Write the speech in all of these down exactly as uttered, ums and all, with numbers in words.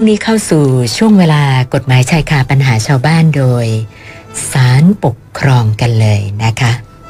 นี้เข้าสู่ช่วงเวลากฎหมายชายคาปัญหาชาวบ้านโดยศาลปกครองกันเลยนะคะ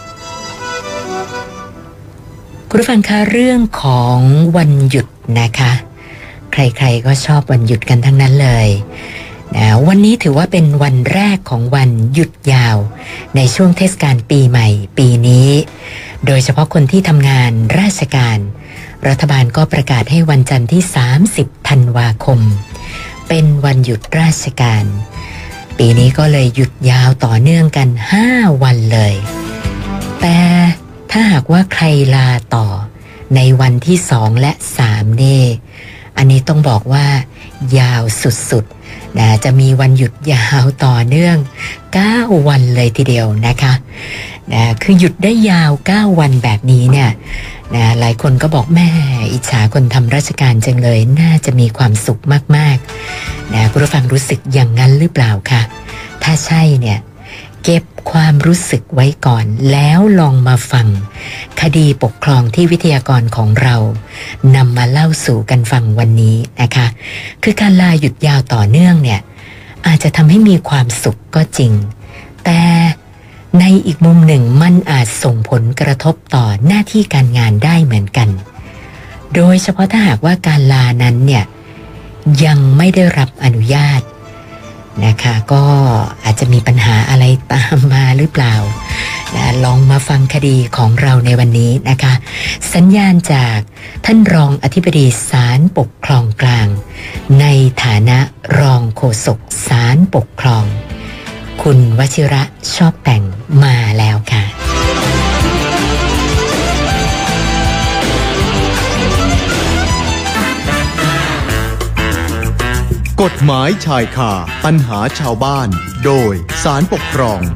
คุณผู้ฟังคะเรื่องของวันหยุดนะคะใครๆก็ชอบวันหยุดกันทั้งนั้นเลยนะวันนี้ถือว่าเป็นวันแรกของวันหยุดยาวในช่วงเทศกาลปีใหม่ปีนี้โดยเฉพาะคนที่ทำงานราชการรัฐบาลก็ประกาศให้วันจันทร์ที่สามสิบธันวาคมเป็นวันหยุดราชการปีนี้ก็เลยหยุดยาวต่อเนื่องกันห้าวันเลยแต่ถ้าหากว่าใครลาต่อในวันที่สองและสามนี่อันนี้ต้องบอกว่ายาวสุดๆนะจะมีวันหยุดยาวต่อเนื่องเก้าวันเลยทีเดียวนะคะนะคือหยุดได้ยาวเก้าวันแบบนี้เนี่ยนะหลายคนก็บอกแม่อิจฉาคนทำราชการจังเลยน่าจะมีความสุขมากๆนะคุณผู้ฟังรู้สึกอย่างนั้นหรือเปล่าคะถ้าใช่เนี่ยเก็บความรู้สึกไว้ก่อนแล้วลองมาฟังคดีปกครองที่วิทยากรของเรานำมาเล่าสู่กันฟังวันนี้นะคะคือการลาหยุดยาวต่อเนื่องเนี่ยอาจจะทำให้มีความสุขก็จริงแต่ในอีกมุมหนึ่งมันอาจส่งผลกระทบต่อหน้าที่การงานได้เหมือนกันโดยเฉพาะถ้าหากว่าการลานั้นเนี่ยยังไม่ได้รับอนุญาตนะคะก็อาจจะมีปัญหาอะไรตามมาหรือเปล่านะลองมาฟังคดีของเราในวันนี้นะคะสัญญาณจากท่านรองอธิบดีศาลปกครองกลางในฐานะรองโฆษกศาลปกครองคุณวชิระชอบแต่งมาแล้วค่ะกฎหมายชายคาปัญหาชาวบ้านโดยศาลปกครอง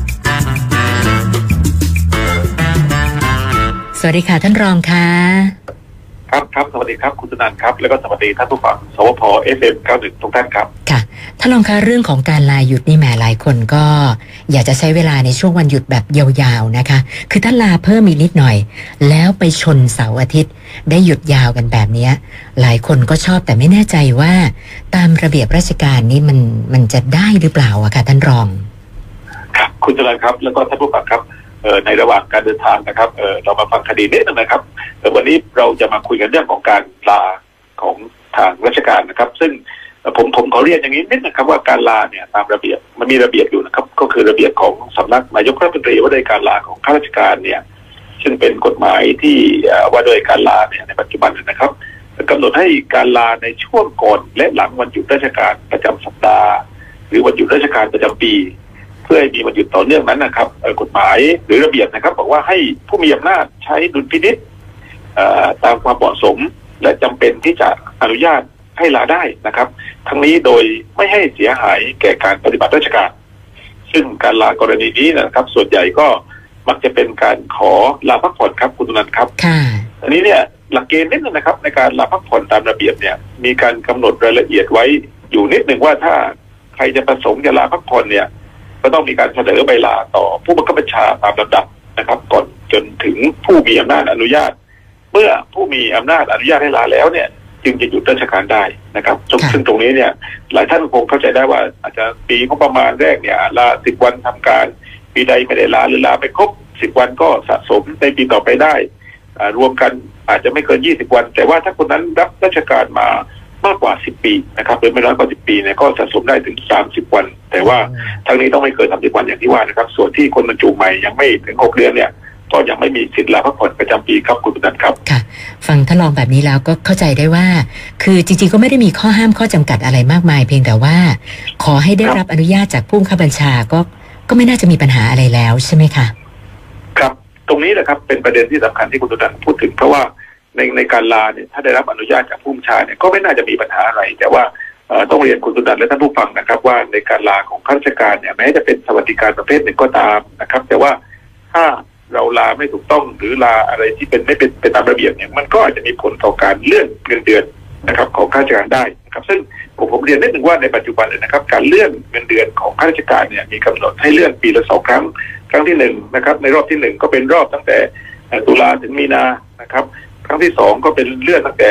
สวัสดีค่ะท่านรองค่ะครับครับสวัสดีครับคุณธนันท์ครับแล้วก็สวัสดีท่านผู้ฟังสวพ เอฟ เอ็ม เก้าสิบทุกท่านครับค่ะท่านรองคะเรื่องของการลาหยุดนี่แหมหลายคนก็อยากจะใช้เวลาในช่วงวันหยุดแบบยาวๆนะคะคือถ้าลาเพิ่มอีกนิดหน่อยแล้วไปชนเสาร์อาทิตย์ได้หยุดยาวกันแบบนี้หลายคนก็ชอบแต่ไม่แน่ใจว่าตามระเบียบราชการนี่มันมันจะได้หรือเปล่าอะค่ะท่านรองครับคุณธนันท์ครับแล้วก็ท่านผู้ฟังครับในระหว่างการเดินทางนะครับเเรามาฟังคดีนิดนึงนะครับวันนี้เราจะมาคุยกันเรื่องของการลาของทางราชการนะครับซึ่งผมผมขอเรียนอย่างนี้นิดนะครับว่าการลาเนี่ยตามระเบียบมันมีระเบียบอยู่นะครับก็คือระเบียบของสำนักนายกรัฐมนตรีว่าด้วยการลาของข้าราชการเนี่ยซึ่งเป็นกฎหมายที่ว่าด้วยการลาเนี่ยในปัจจุบันนะครับกำหนดให้การลาในช่วงก่อนและหลังวันหยุดราชการประจำสัปดาห์หรือวันหยุดราชการประจำปีเพื่อให้มีวันหยุดต่อเนื่องนั้นนะครับกฎหมายหรือระเบียบนะครับบอกว่าให้ผู้มีอำนาจใช้ดุลพินิจตามความเหมาะสมและจำเป็นที่จะอนุญาตให้ลาได้นะครับทั้งนี้โดยไม่ให้เสียหายแก่การปฏิบัติราชการซึ่งการลากรณีนี้นะครับส่วนใหญ่ก็มักจะเป็นการขอลาพักผ่อนครับคุณตุนันท์ครับอันนี้เนี่ยหลักเกณฑ์นิดนึงนะครับในการลาพักผ่อนตามระเบียบเนี่ยมีการกำหนดรายละเอียดไว้อยู่นิดนึงว่าถ้าใครจะประสงค์จะลาพักผ่อนเนี่ยก็ต้องมีการเสนอใบลาต่อผู้บังคับบัญชาตามลำดับนะครับก่อนจนถึงผู้มีอำนาจอนุญาตเมื่อผู้มีอำนาจอนุญาตให้ลาแล้วเนี่ยจึงจะหยุดราชการได้นะครับซึ่งตรงนี้เนี่ยหลายท่านคงเข้าใจได้ว่าอาจจะปีงบประมาณแรกเนี่ยลาสิบวันทำการปีใดไม่ได้ลาหรือลาไปครบสิบวันก็สะสมในปีต่อไปได้รวมกันอาจจะไม่เกินยี่สิบวันแต่ว่าถ้าคนนั้นรับราชการมามากกว่าสิบปีนะครับหรือไม่น้อยกว่าสิบปีเนี่ยก็สะสมได้ถึงสามสิบวันแต่ว่าทั้งนี้ต้องไม่เกินสามสิบวันอย่างที่ว่านะครับส่วนที่คนบรรจุใหม่ยังไม่ถึงหกเดือนเนี่ยก็ยังไม่มีสิทธิ์ลาพักผ่อนประจำปีครับคุณตุนันท์ครับค่ะฟังท่านรองแบบนี้แล้วก็เข้าใจได้ว่าคือจริงๆก็ไม่ได้มีข้อห้ามข้อจำกัดอะไรมากมายเพียงแต่ว่าขอให้ได้รับอนุญาตจากผู้บังคับบัญชาก็ก็ไม่น่าจะมีปัญหาอะไรแล้วใช่ไหมคะครับตรงนี้แหละครับเป็นประเด็นที่สำคัญที่คุณตุนันท์พูดถึงเพราะว่าในในการลาเนี่ยถ้าได้รับอนุญาตจากผู้บัญชาเนี่ยก็ไม่น่าจะมีปัญหาอะไรแต่ว่าต้องเรียนคุณตุนันท์และท่านผู้ฟังนะครับว่าในการลาของข้าราชการเนี่ยแม้จะเป็นสวัสดิการประเภทหนึ่งก็ตามนะครับแต่ว่าถ้าเราลาไม่ถูกต้องหรือลาอะไรที่เป็นไม่เป็นไปตามระเบียบเนี่ยมันก็อาจจะมีผลต่อการเลื่อนเงินเดือนนะครับของข้าราชการได้นะครับซึ่งผมผมเรียนนิดหนึ่งว่าในปัจจุบันเลยนะครับการเลื่อนเงินเดือนของข้าราชการเนี่ยมีกำหนดให้เลื่อนปีละสองครั้งครั้งที่หนึ่งนะครับในรอบที่หนึ่งก็เป็นรอบตั้งแต่ตุลาถึงมีนานะครับครั้งที่สองก็เป็นเลื่อนตั้งแต่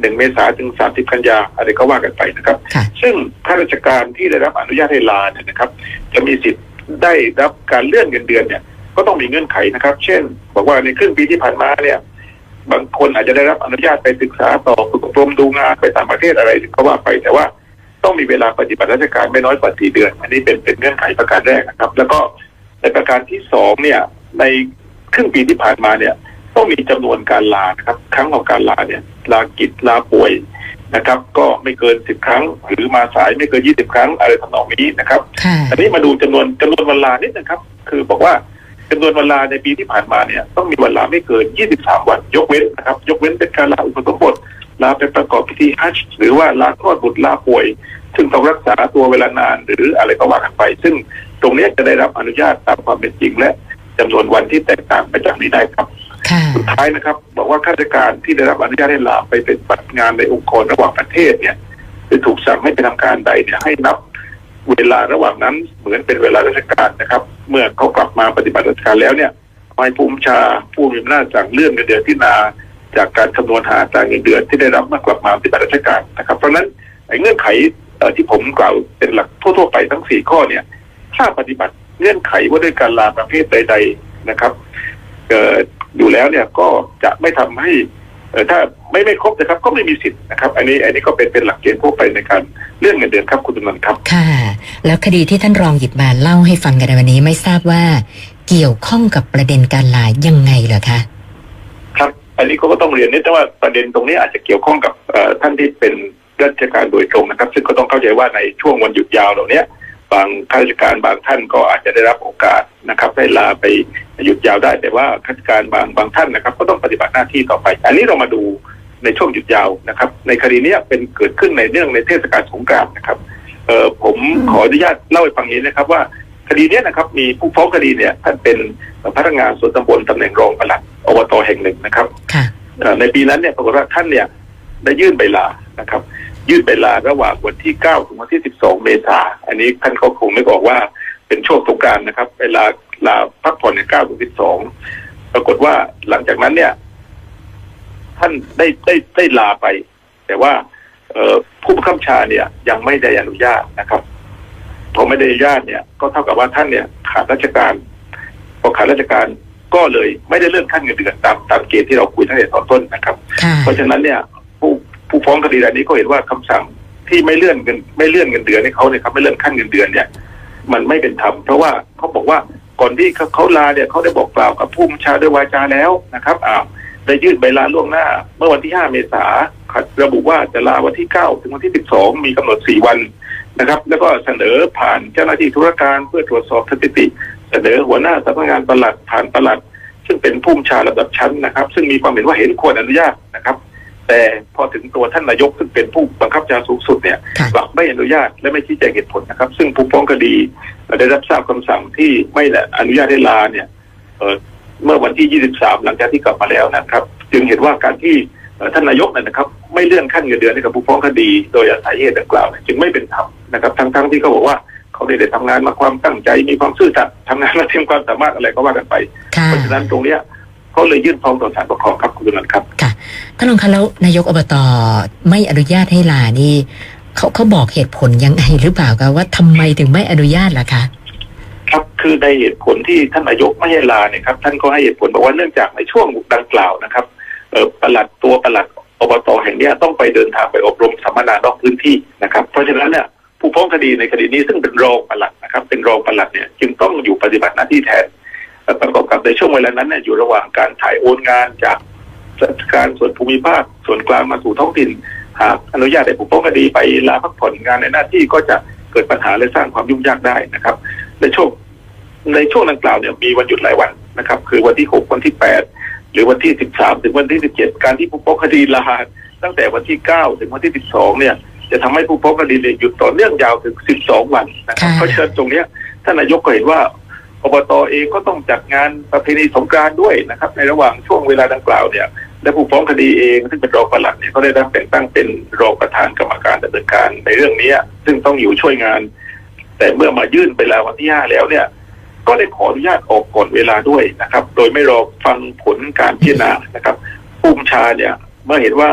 หนึ่งเมษายนถึงสามสิบกันยาอะไรก็ว่ากันไปนะครับซึ่งข้าราชการที่ได้รับอนุญาตให้ลาเนี่ยนะครับจะมีสิทธิ์ได้รับการเลื่อนเงินเดือนเนี่ยก็ต้องมีเงื่อนไขนะครับเช่นบอกว่าในครึ่งปีที่ผ่านมาเนี่ยบางคนอาจจะได้รับอนุญาตไปศึกษาต่อฝึกอบรมดูงานไปต่างประเทศอะไรก็ว่าไปแต่ว่าต้องมีเวลาปฏิบัติราชการไม่น้อยกว่าสี่เดือนอันนี้เป็นเป็นเงื่อนไขประการแรกนะครับแล้วก็ในประการที่สองเนี่ยในครึ่งปีที่ผ่านมาเนี่ยต้องมีจำนวนการลานะครับครั้งของการลาเนี่ยลากิจลาป่วยนะครับก็ไม่เกินสิบครั้งหรือมาสายไม่เกินยี่สิบครั้งอะไรทำนองนี้นะครับอันนี้มาดูจำนวนจำนวนวันลานิดนะครับคือบอกว่าจำนวนวันลาในปีที่ผ่านมาเนี่ยต้องมีวันลาไม่เกินยี่สิบสามวันยกเว้นนะครับยกเว้นเป็นการลาอุปสมบทลาไปประกอบพิธีฮัจญ์หรือว่าลาคลอดบุตรลาป่วยซึ่งต้องรักษาตัวเวลานานหรืออะไรก็ว่ากันไปซึ่งตรงนี้จะได้รับอนุญาตตามความเป็นจริงและจำนวนวันที่แตกต่างไปจากนี้ได้ครับสุดท้ายนะครับบอกว่าข้าราชการที่ได้รับอนุญาตให้ลาไปเป็นปฏิบัติงานในองค์กรระหว่างประเทศเนี่ยจะถูกสั่งให้ไปทำการใดเนี่ยให้นับเวลาระหว่างนั้นเหมือนเป็นเวลาราชการนะครับเมื่อเขากลับมาปฏิบัติราชการแล้วเนี่ยฝ่ายผู้บัญชาผู้มีอำนาจสั่งเลื่อนเงินเดือนที่นาจากการคำนวณหาจากเงินเดือนที่ได้รับเมื่อกลับมาปฏิบัติราชการนะครับเพราะนั้นเงื่อนไขที่ผมกล่าวเป็นหลักทั่วๆไปทั้งสี่ข้อเนี่ยถ้าปฏิบัติเงื่อนไขว่าด้วยการลาประเภทใดๆนะครับเอ่ออยู่แล้วเนี่ยก็จะไม่ทำให้เอ่อถ้าไม่ไม่ครบนะครับก็ไม่มีสิทธิ์นะครับอันนี้อันนี้ก็เป็นเป็นหลักเกณฑ์ทั่วไปในการเลื่อนเงินเดือนครับคุณตุลครับค่ะแล้วคดีที่ท่านรองหยิบมาเล่าให้ฟังกันในวันนี้ไม่ทราบว่าเกี่ยวข้องกับประเด็นการลายังไงเหรอคะครับอันนี้ก็ต้องเรียนนิดนึงว่าประเด็นตรงนี้อาจจะเกี่ยวข้องกับท่านที่เป็นราชการโดยตรงนะครับซึ่งก็ต้องเข้าใจว่าในช่วงวันหยุดยาวเหล่านี้บางข้าราชการบางท่านก็อาจจะได้รับโอกาสนะครับได้ลาไปหยุดยาวได้แต่ว่าข้าราชการบางบางท่านนะครับก็ต้องปฏิบัติหน้าที่ต่อไปอันนี้เรามาดูในช่วงหยุดยาวนะครับในคดีนี้เป็นเกิดขึ้นในเนื่องในเทศกาลสงกรานต์นะครับเอ่อผมขออนุญาตเล่าให้ฟังนี้นะครับว่าคดีนี้นะครับมีผู้ฟ้องคดีเนี่ยท่านเป็นพนักงานส่วนตำบลตำแหน่งรองปลัดอบตแห่งหนึ่งนะครับในปีนั้นเนี่ยปรากฏว่าท่านเนี่ยได้ยื่นใบลานะครับยื่นใบลาระหว่างวันที่เก้าถึงวันที่สิบสองเมษายนอันนี้ท่านเขาคงไม่บอกว่าเป็นช่วงสงกรานต์นะครับเวลาลาพักผ่อนในเก้าถึงสิบสองปรากฏว่าหลังจากนั้นเนี่ยท่านได้ได้ได้ลาไปแต่ว่าผู้บังคับบัญชาเนี่ยยังไม่ได้อนุญาตนะครับพอไม่ได้อนุญาตเนี่ยก็เท่ากับว่าท่านเนี่ยขาดราชการพอขาดราชการก็เลยไม่ได้เลื่อนขั้นเงินเดือนตามตามเกณฑ์ที่เราคุยตั้งแต่ตอนต้นนะครับเพราะฉะนั้นเนี่ยผู้ผู้ฟ้องคดีรายนี้ก็เห็นว่าคำสั่งที่ไม่เลื่อนเงินไม่เลื่อนเงินเดือนให้เขาเนี่ยครับไม่เลื่อนขั้นเงินเดือนเนี่ยมันไม่เป็นธรรมเพราะว่าเขาบอกว่าก่อนที่เขาลาเนี่ยเขาได้บอกกล่าวกับผู้บัญชาด้วยวาจาแล้วนะครับอ้าวได้ยื่นใบลาล่วงหน้าเมื่อวันที่ห้าเมษายนระบุว่าจะลาวันที่เก้าถึงวันที่สิบสองมีกำหนดสี่วันนะครับแล้วก็เสนอผ่านเจ้าหน้าที่ธุรการเพื่อตรวจสอบสถิติเสนอหัวหน้าสำนักงานปลัดผ่านปลัดซึ่งเป็นผู้บัญชาระดับชั้นนะครับซึ่งมีความเห็นว่าเห็นควรอนุญาตนะครับแต่พอถึงตัวท่านนายกซึ่งเป็นผู้บังคับบัญชาสูงสุดเนี่ยกลับไม่อนุญาตและไม่ชี้แจงเหตุผลนะครับซึ่งผู้ฟ้องคดีได้รับทราบคำสั่งที่ไม่อนุญาตให้ลาเนี่ยเอ่อเมื่อวันที่ยี่สิบสามหลังจากที่กลับมาแล้วนะครับจึงเห็นว่าการที่ท่านนายกนะครับไม่เลื่อนขั้นเงินเดือนให้กับผู้ฟ้องคดีโดยอาศัยเหตุดังกล่าวจึงไม่เป็นธรรมนะครับทั้งๆที่เขาบอกว่าเขาได้ทำงานมาความตั้งใจมีความซื่อสัตย์ทำงานและเต็มความสามารถอะไรก็ว่ากันไปเพราะฉะนั้นตรงเนี้ยเขาเลยยื่นฟ้องต่อศาลปกครองครับคุณดุลครับค่ะท่านรองคะแล้วนายกอบต.ไม่อนุญาตให้ลานี่เขาเขาบอกเหตุผลยังไงหรือเปล่าคะว่าทำไมถึงไม่อนุญาตล่ะคะครับคือในเหตุผลที่ท่านนายกไม่ให้ลาเนี่ยครับท่านก็ให้เหตุผลบอกว่าเนื่องจากในช่วงดังกล่าวนะครับเอ่อปลัดตัวปลัดอบต.แห่งนี้ต้องไปเดินทางไปอบรมสัมมนานอกพื้นที่นะครับเพราะฉะนั้นเนี่ยผู้ฟ้องคดีในคดีนี้ซึ่งเป็นรองปลัดนะครับเป็นรองปลัดเนี่ยจึงต้องอยู่ปฏิบัติหน้าที่แทนประกอบกับในช่วงเวลานั้นเนี่ยอยู่ระหว่างการถ่ายโอนงานจากการส่วนภูมิภาคส่วนกลางมาสู่ท้องถิ่นหากอนุญาตให้ผู้ฟ้องคดีไปลาพักผ่อนงานในหน้าที่ก็จะเกิดปัญหาและสร้างความยุ่งยากได้นะครับในช่วงในช่วงดังกล่าวเนี่ยมีวันหยุดหลายวันนะครับคือวันที่หกวันที่แปดหรือวันที่สิบสามถึงวันที่สิบเจ็ดการที่ผู้ฟ้องคดีลาตั้งแต่วันที่เก้าถึงวันที่สิบสองเนี่ยจะทำให้ผู้ฟ้องคดีหยุดต่อเนื่องยาวถึงสิบสองวันนะครับเพราะฉะนั้นตรงนี้ท่านนายกก็เห็นว่าอบต.เองก็ต้องจัดงานประเพณีสงกรานต์ด้วยนะครับในระหว่างช่วงเวลาดังกล่าวเนี่ยและผู้ฟ้องคดีเองซึ่งเป็นรองปลัดเนี่ยก็ได้รับแต่งตั้งเป็นรองประธานกรรมการดำเนินการในเรื่องนี้ซึ่งต้องอยู่ช่วยงานแต่เมื่อมายื่นไปแล้ววันที่ห้าแล้วเนี่ยก็ได้ขออนุญาตออกก่อนเวลาด้วยนะครับโดยไม่รอฟังผลการพิจารณานะครับผู้บัญชาเนี่ยเมื่อเห็นว่า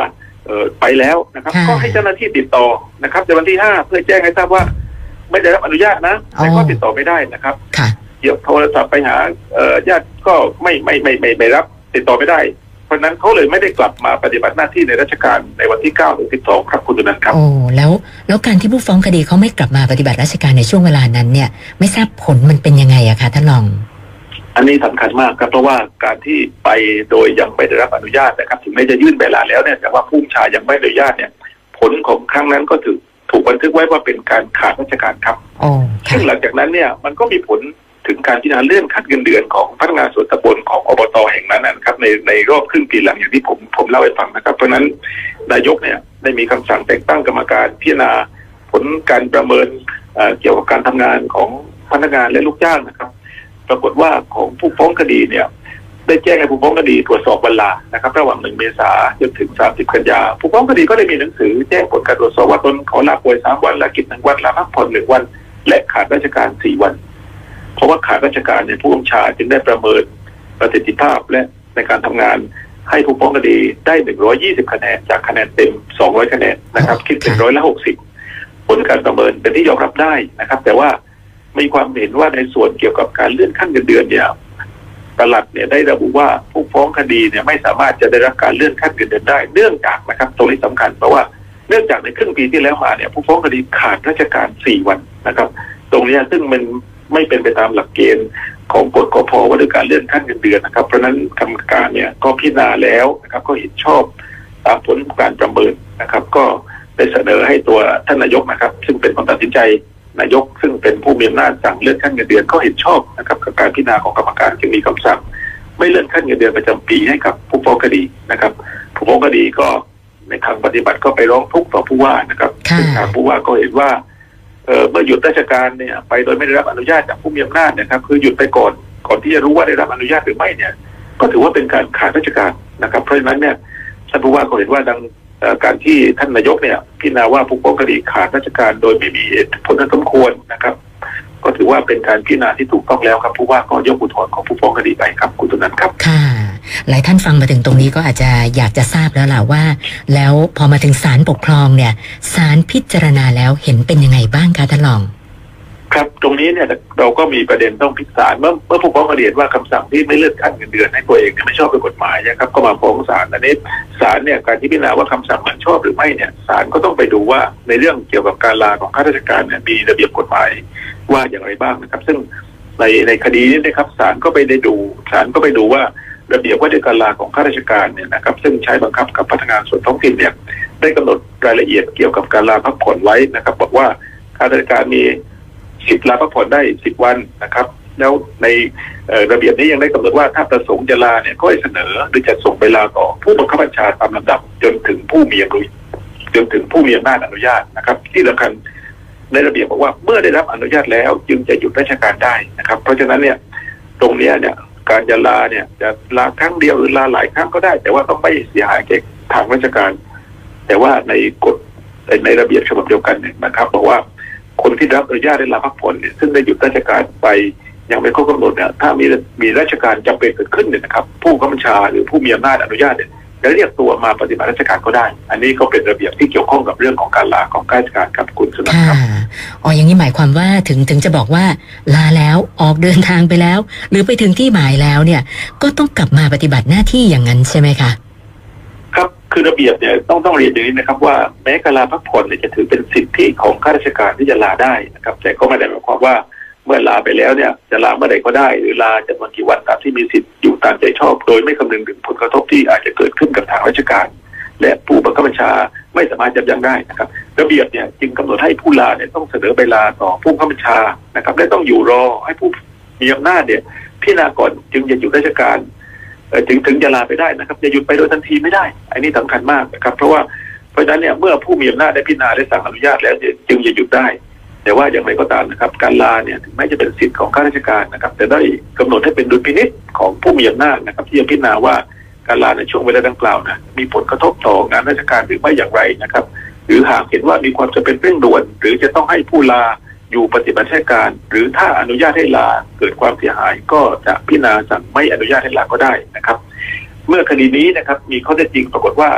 เอ่อไปแล้วนะครับค่ะก็ให้เจ้าหน้าที่ติดต่อนะครับในวันที่ห้าเพื่อแจ้งให้ทราบว่าไม่ได้รับอนุญาตนะแต่ก็ติดต่อไม่ได้นะครับค่ะเดี๋ยวโทรศัพท์ไปหาเอ่อญาติก็ไม่ไม่ไม่ไม่ไม่รับติดต่อไม่ได้เพราะนั้นเขาเลยไม่ได้กลับมาปฏิบัติหน้าที่ในราชการในวันที่เก้าถึงสิบสองครับคุณตุนันท์ครับโอ้แล้วแล้วการที่ผู้ฟ้องคดีเขาไม่กลับมาปฏิบัติราชการในช่วงเวลานั้นเนี่ยไม่ทราบผลมันเป็นยังไงอะคะท่านรองอันนี้สำคัญมากครับเพราะว่าการที่ไปโดยยังไม่ได้รับอนุญาตนะครับถึงแม้จะยื่นใบลาแล้วเนี่ยแต่ว่าผู้บัญชายังไม่อนุญาตเนี่ยผลของครั้งนั้นก็ถูกถูกบันทึกไว้ว่าเป็นการขาดราชการครับโอ้ค่ะซึ่งหลังจากนั้นเนี่ยมันก็มีผลถึงการพิจารณาเลื่อนขั้นเงินเดือนของพนักงานส่วนตำบลของอบตแห่งนั้นนะครับในในรอบครึ่งปีหลังอย่างที่ผมผมเล่าให้ฟังนะครับเพราะฉะนั้นนายกเนี่ยได้มีคำสั่งแต่งตั้งกรรมการพิจารณาผลการประเมินเอ่อเกี่ยวกับการทำงานของพนักงานและลูกจ้างนะครับปรากฏว่าของผู้ฟ้องคดีเนี่ยได้แจ้งให้ผู้ฟ้องคดีตรวจสอบวันลานะครับระหว่างหนึ่งเมษายนจนถึงสามสิบกันยาผู้ฟ้องคดีก็ได้มีหนังสือแจ้งผลการตรวจสอบว่าตนขอลาป่วยสามวันลากิจหนึ่งวันลาพักผ่อนหนึ่งวันและขาดราชการสี่วันเพราะว่าขาดราชการเนี่ยผู้บัญชาจึงได้ประเมินประสิทธิภาพและในการทำงานให้ผู้ฟ้องคดีได้หนึ่งร้อยยี่สิบคะแนนจากคะแนนเต็มสองร้อยคะแนนนะครับคิดเป็นร้อยละหกสิบผลการประเมินเป็นที่ยอมรับได้นะครับแต่ว่ามีความเห็นว่าในส่วนเกี่ยวกับการเลื่อนขั้นเงินเดือนเนี่ยปลัดเนี่ยได้ระบุว่าผู้ฟ้องคดีเนี่ยไม่สามารถจะได้รับการเลื่อนขั้นเงินเดือนได้เนื่องจากนะครับตรงนี้สำคัญเพราะว่าเนื่องจากในครึ่งปีที่แล้วมาเนี่ยผู้ฟ้องคดีขาดราชการสี่วันนะครับตรงนี้ซึ่งมันไม่เป็นไปตามหลักเกณฑ์ของกฎกพ.ว่าด้วยการเลื่อนขั้นเงินเดือนนะครับเพราะนั้นกรรมการเนี่ยก็พิจารณาแล้วนะครับก็เห็นชอบตามผลการประเมินนะครับก็ได้เสนอให้ตัวท่านนายกนะครับซึ่งเป็นคนตัดสินใจนายกซึ่งเป็นผู้มีอำนาจสั่งเลื่อนขั้นเงินเดือนก็เห็นชอบนะครับกับการพิจารณาของกรรมการจึงมีคำสั่งไม่เลื่อนขั้นเงินเดือนประจำปีให้กับผู้ฟ้องคดีนะครับผู้ฟ้องคดีก็ในทางปฏิบัติก็ไปร้องทุกข์ต่อผู้ว่านะครับซึ่งทางผู้ว่าก็เห็นว่าเอ่อเมื่อหยุดราชการเนี่ยไปโดยไม่ได้รับอนุญาตจากผู้มีอำนาจนะครับคือหยุดไปก่อนก่อนที่จะรู้ว่าได้รับอนุญาตหรือไม่เนี่ยก็ถือว่าเป็นการขาดราชการนะครับเพราะฉะนั้นเนี่ยท่านผู้ว่าก็เห็นว่าดังการที่ท่านนายกเนี่ยพิจารณาว่าผู้ฟ้องคดีขาดราชการโดยไม่มีเหตุผลอันสมควรนะครับก็ถือว่าเป็นการพิจารณาที่ถูกต้องแล้วครับผู้ว่าก็ยกอุทธรณ์ของผู้ฟ้องคดีไปครับคุณตุนันท์ครับค่ะหลายท่านฟังมาถึงตรงนี้ก็อาจจะอยากจะทราบแล้วล่ะว่าแล้วพอมาถึงศาลปกครองเนี่ยศาลพิจารณาแล้วเห็นเป็นยังไงบ้างคะท่านรองครับตรงนี้เนี่ยเราก็มีประเด็นต้องพิจารณาเมื่อเมื่อผู้ฟ้องเรียนว่าคำสั่งที่ไม่เลื่อนขั้นเงินเดือนให้ตัวเองเนี่ยไม่ชอบด้วยกฎหมายนะครับก็มาฟ้องศาลอันนี้ศาลเนี่ยการที่พิจารณาว่าคำสั่งมันชอบหรือไม่เนี่ยศาลก็ต้องไปดูว่าในเรื่องเกี่ยวกับการลาของข้าราชการเนี่ยมีระเบียบกฎหมายว่าอย่างไรบ้างนะครับซึ่งในในคดีนี้นะครับศาลก็ไปได้ดูศาลก็ไปดูว่าระเบียบว่าด้วยการลาของข้าราชการเนี่ยนะครับซึ่งใช้บังคับกับพนักงานส่วนท้องถิ่นเนี่ยได้กำหนดรายละเอียดเกี่ยวกับการลาพักผ่อนไว้นะครับบอกว่าข้าราชการมีสิทธิ์ลาพักผ่อนได้สิบวันนะครับแล้วในระเบียบนี้ยังได้กำหนดว่าถ้าประสงค์จะลาเนี่ยก็ให้เสนอหรือจะส่งไปลาต่อผู้บังคับบัญชาตามลำดับจนถึงผู้มีอำนาจจนถึงผู้มีอำนาจอนุญาตนะครับที่สำคัญในระเบียบบอกว่าเมื่อได้รับอนุญาตแล้วจึงจะหยุดราชการได้นะครับเพราะฉะนั้นเนี่ยตรงนี้เนี่ยการจะลาเนี่ยจะลาครั้งเดียวหรือลาหลายครั้งก็ได้แต่ว่าต้องไม่เสียหายแก่ทางราชการแต่ว่าในกฎในระเบียบฉบับเดียวกันเนี่ยนะครับบอกว่าคนที่รับอนุญาตได้ลาพักผ่อนเนี่ยซึ่งได้หยุดราชการไปยังไม่ครบกำหนดเนี่ยถ้ามีมีราชการจำเป็นเกิดขึ้นเนี่ยนะครับผู้บังคับบัญชาหรือผู้มีอำนาจอนุญาตเนี่ยจะเรียกตัวมาปฏิบัติราชการก็ได้อันนี้ก็เป็นระเบียบที่เกี่ยวข้องกับเรื่องของการลาของข้าราชการครับคุณสุนันท์ครับอ๋ออย่างนี้หมายความว่าถึงถึงจะบอกว่าลาแล้วออกเดินทางไปแล้วหรือไปถึงที่หมายแล้วเนี่ยก็ต้องกลับมาปฏิบัติหน้าที่อย่างนั้นใช่ไหมคะครับคือระเบียบเนี่ยต้องต้องเรียนอย่างนี้นะครับว่าแม้การลาพักผ่อนเนี่ยจะถือเป็นสิทธิของข้าราชการที่จะลาได้นะครับแต่ก็ไม่ได้หมายความว่าเมื่อลาไปแล้วเนี่ยจะลาเมื่อใดก็ได้หรือลาจำนวนกี่วันตามที่มีสิทธิ์อยู่ตามใจชอบโดยไม่คำนึงถึงผลกระทบที่อาจจะเกิดขึ้นกับทางราชการและผู้บังคับบัญชาไม่สามารถยับยั้งได้นะครับระเบียบเนี่ยจึงกำหนดให้ผู้ลาเนี่ยต้องเสนอใบลาต่อผู้บังคับบัญชานะครับและต้องอยู่รอให้ผู้มีอำนาจเนี่ยพิจารณาก่อนจึงจะหยุดราชการถึงถึงจะลาไปได้นะครับจะหยุดไปโดยทันทีไม่ได้อันนี้สำคัญมากนะครับเพราะว่าเพราะฉะนั้นเนี่ยเมื่อผู้มีอำนาจได้พิจารณาได้สั่งอนุญาตแล้วจึงจะหยุดได้แต่ว่าอย่างไรก็ตามนะครับการลาเนี่ยถึงแม้จะเป็นสิทธิ์ของข้าราชการนะครับแต่ได้กำหนดให้เป็นดุลพินิจของผู้มีอำนาจนะครับที่จะพิจารณาว่าการลาในช่วงเวลาดังกล่าวนะมีผลกระทบต่องานราชการหรือไม่อย่างไรนะครับหรือหากเห็นว่ามีความจำเป็นเร่งด่วนหรือจะต้องให้ผู้ลาอยู่ปฏิบัติราชการหรือถ้าอนุญาตให้ลาเกิดความเสียหายก็จะพิจารณาสั่งไม่อนุญาตให้ลาก็ได้นะครับเมื่อคดีนี้นะครับมีข้อเท็จจริงปรากฏว่า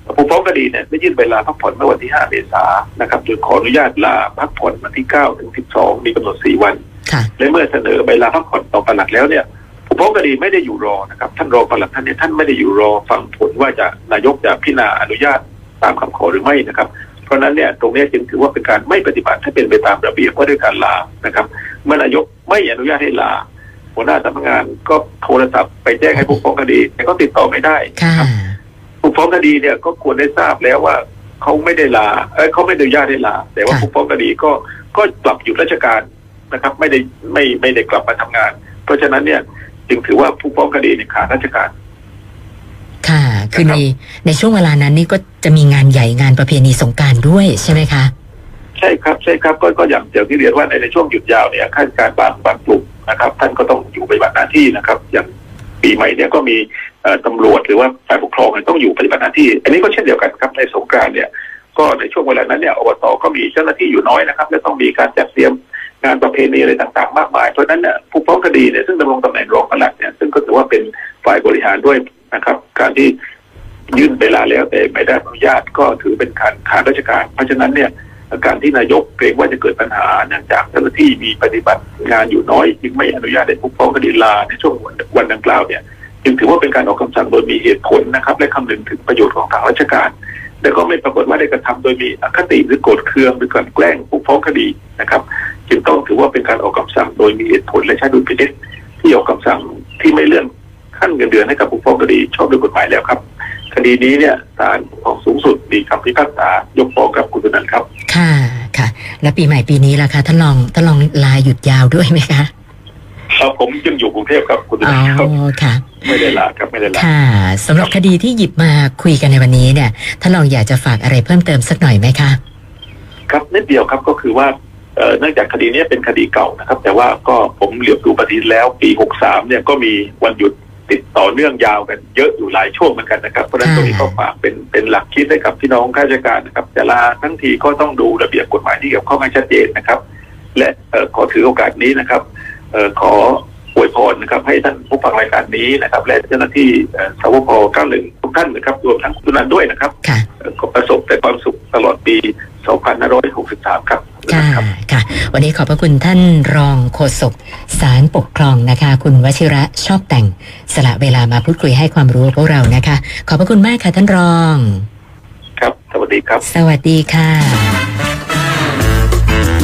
ผู้ฟ้องคดีเนี่ยได้ยื่นใบลาพักผ่อนเมื่อวันที่ห้าเมษายนนะครับโดยขออนุญาตลาพักผ่อนวันที่เก้าถึงสิบสองมีกำหนดสี่วันและเมื่อเสนอใบลาพักผ่อนต่อปลัดแล้วเนี่ยผู้ฟ้องคดีไม่ได้อยู่รอนะครับท่านรองปลัดท่านเนี่ยท่านไม่ได้อยู่รอฟังผลว่าจะนายกจะพิจารณาอนุญาตตามคำขอหรือไม่นะครับเพราะนั้นเนี่ยตรงนี้จึงถือว่าเป็นการไม่ปฏิบัติให้เป็นไปตามระเบียบว่าด้วยการลานะครับเมื่อนายกไม่อนุญาตให้ลาหัวหน้าสำนักงานก็โทรศัพท์ไปแจ้งให้ผู้ฟ้องคดีแต่ก็ติดต่อไม่ได้ครับผู้ฟ้องคดีเนี่ยก็ควรได้ทราบแล้วว่าเขาไม่ได้ลาเอ้ยเขาไม่ได้อนุญาตให้ลาแต่ว่าผู้ฟ้องคดีก็ก็กลับอยู่ราชการนะครับไม่ได้ไม่ไม่ได้กลับมาทำงานเพราะฉะนั้นเนี่ยจึงถือว่าผู้ฟ้องคดีเนี่ยขาดราชการค่ะคือในในช่วงเวลานั้นนี่ก็จะมีงานใหญ่งานประเพณีสงกรานต์ด้วยใช่ไหมคะใช่ครับใช่ครับก็ก็อย่างเดี๋ยวที่เรียนว่าในในช่วงหยุดยาวเนี่ยข้าราชการบางบางกลุ่มนะครับท่านก็ต้องอยู่ปฏิบัติหน้าที่นะครับอย่างปีใหม่เนี่ยก็มีตำรวจหรือว่าฝ่ายปกครองต้องอยู่ปฏิบัติหน้าที่อันนี้ก็เช่นเดียวกันครับในสงกรานต์เนี่ยก็ในช่วงเวลานั้นเนี่ยอบต.ก็มีเจ้าหน้าที่อยู่น้อยนะครับและต้องมีการจัดเตรียมงานประเพณีอะไรต่างๆมากมายเพราะฉะนั้นเนี่ยผู้ฟ้องคดีเนี่ยซึ่งดำรงตำแหน่งรองปลัดเนี่ยซึ่งก็ถือว่าเป็นฝ่ายบริหารด้วยนะครับการที่ยื่นเวลาแล้วแต่ไม่ได้อนุญาตก็ถือเป็นการขาดราชการเพราะฉะนั้นเนี่ยการที่นายกเกรงว่าจะเกิดปัญหาเนื่องจากเจ้าหน้าที่มีปฏิบัติงานอยู่น้อยจึงไม่อนุญาตให้ผู้ฟ้องคดีลาในช่วงวันดังกล่าวเนี่ยจึงถือว่าเป็นการออกคำสั่งโดยมีเหตุผลนะครับและคำนึงถึงประโยชน์ของทางราชการแต่ก็ไม่ปรากฏว่าได้กระทำโดยมีอคติหรือโกรธเคืองหรือการแกล้งผู้ฟ้องคดีนะครับจึงต้องถือว่าเป็นการออกคำสั่งโดยมีเหตุผลและใช้ดุลพินิจที่ออกคำสั่งที่ไม่เลื่อนขั้นเงินเดือนให้กับผู้ฟ้องคดีชอบด้วยกฎหมายแล้วครับคดีนี้เนี่ยศาลของสูงสุดมีคำพิพากษายกฟ้องกับคุณตุนันครับค่ะค่ะและปีใหม่ปีนี้ล่ะคะท่านรองท่านรองลาหยุดยาวด้วยไหมคะครับผมยังอยู่กรุงเทพครับคุณตุนันครับค่ะไม่ได้ลาครับไม่ได้ลาค่ะสำหรับคดีที่หยิบมาคุยกันในวันนี้เนี่ยท่านรองอยากจะฝากอะไรเพิ่มเติมสักหน่อยไหมคะครับนิดเดียวครับก็คือว่าเนื่องจากคดีนี้เป็นคดีเก่านะครับแต่ว่าก็ผมเหลือบดูปฏิทินแล้วปีหกสามเนี่ยก็มีวันหยุดติดต่อเนื่องยาวกันเยอะอยู่หลายช่วงเหมือนกันนะครับเพราะฉะนั้นตรงนี้ก็ฝากเป็นเป็นหลักคิดให้กับพี่น้องข้าราชการนะครับแต่ลาทั้งทีก็ต้องดูระเบียบกฎหมายที่เกี่ยวข้องให้ชัดเจนนะครับและขอถือโอกาสนี้นะครับขออวยพรนะครับให้ท่านผู้ฟังรายการนี้นะครับและเจ้าหน้าที่สวพเก้าสิบเอ็ดทุกท่านนะครับรวมทั้งคุณนันด้วยนะครับขอประสบแต่ความสุขตลอดปีสองพันห้าร้อยหกสิบสามครับค่ะค่ะวันนี้ขอบพระคุณท่านรองโฆษกศาลปกครองนะคะคุณวชิระชอบแต่งสละเวลามาพูดคุยให้ความรู้พวกเรานะคะขอบพระคุณมากค่ะท่านรองครับสวัสดีครับสวัสดีค่ะ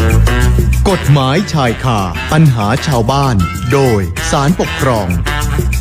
กฎหมายชายคาปัญหาชาวบ้านโดยศาลปกครอง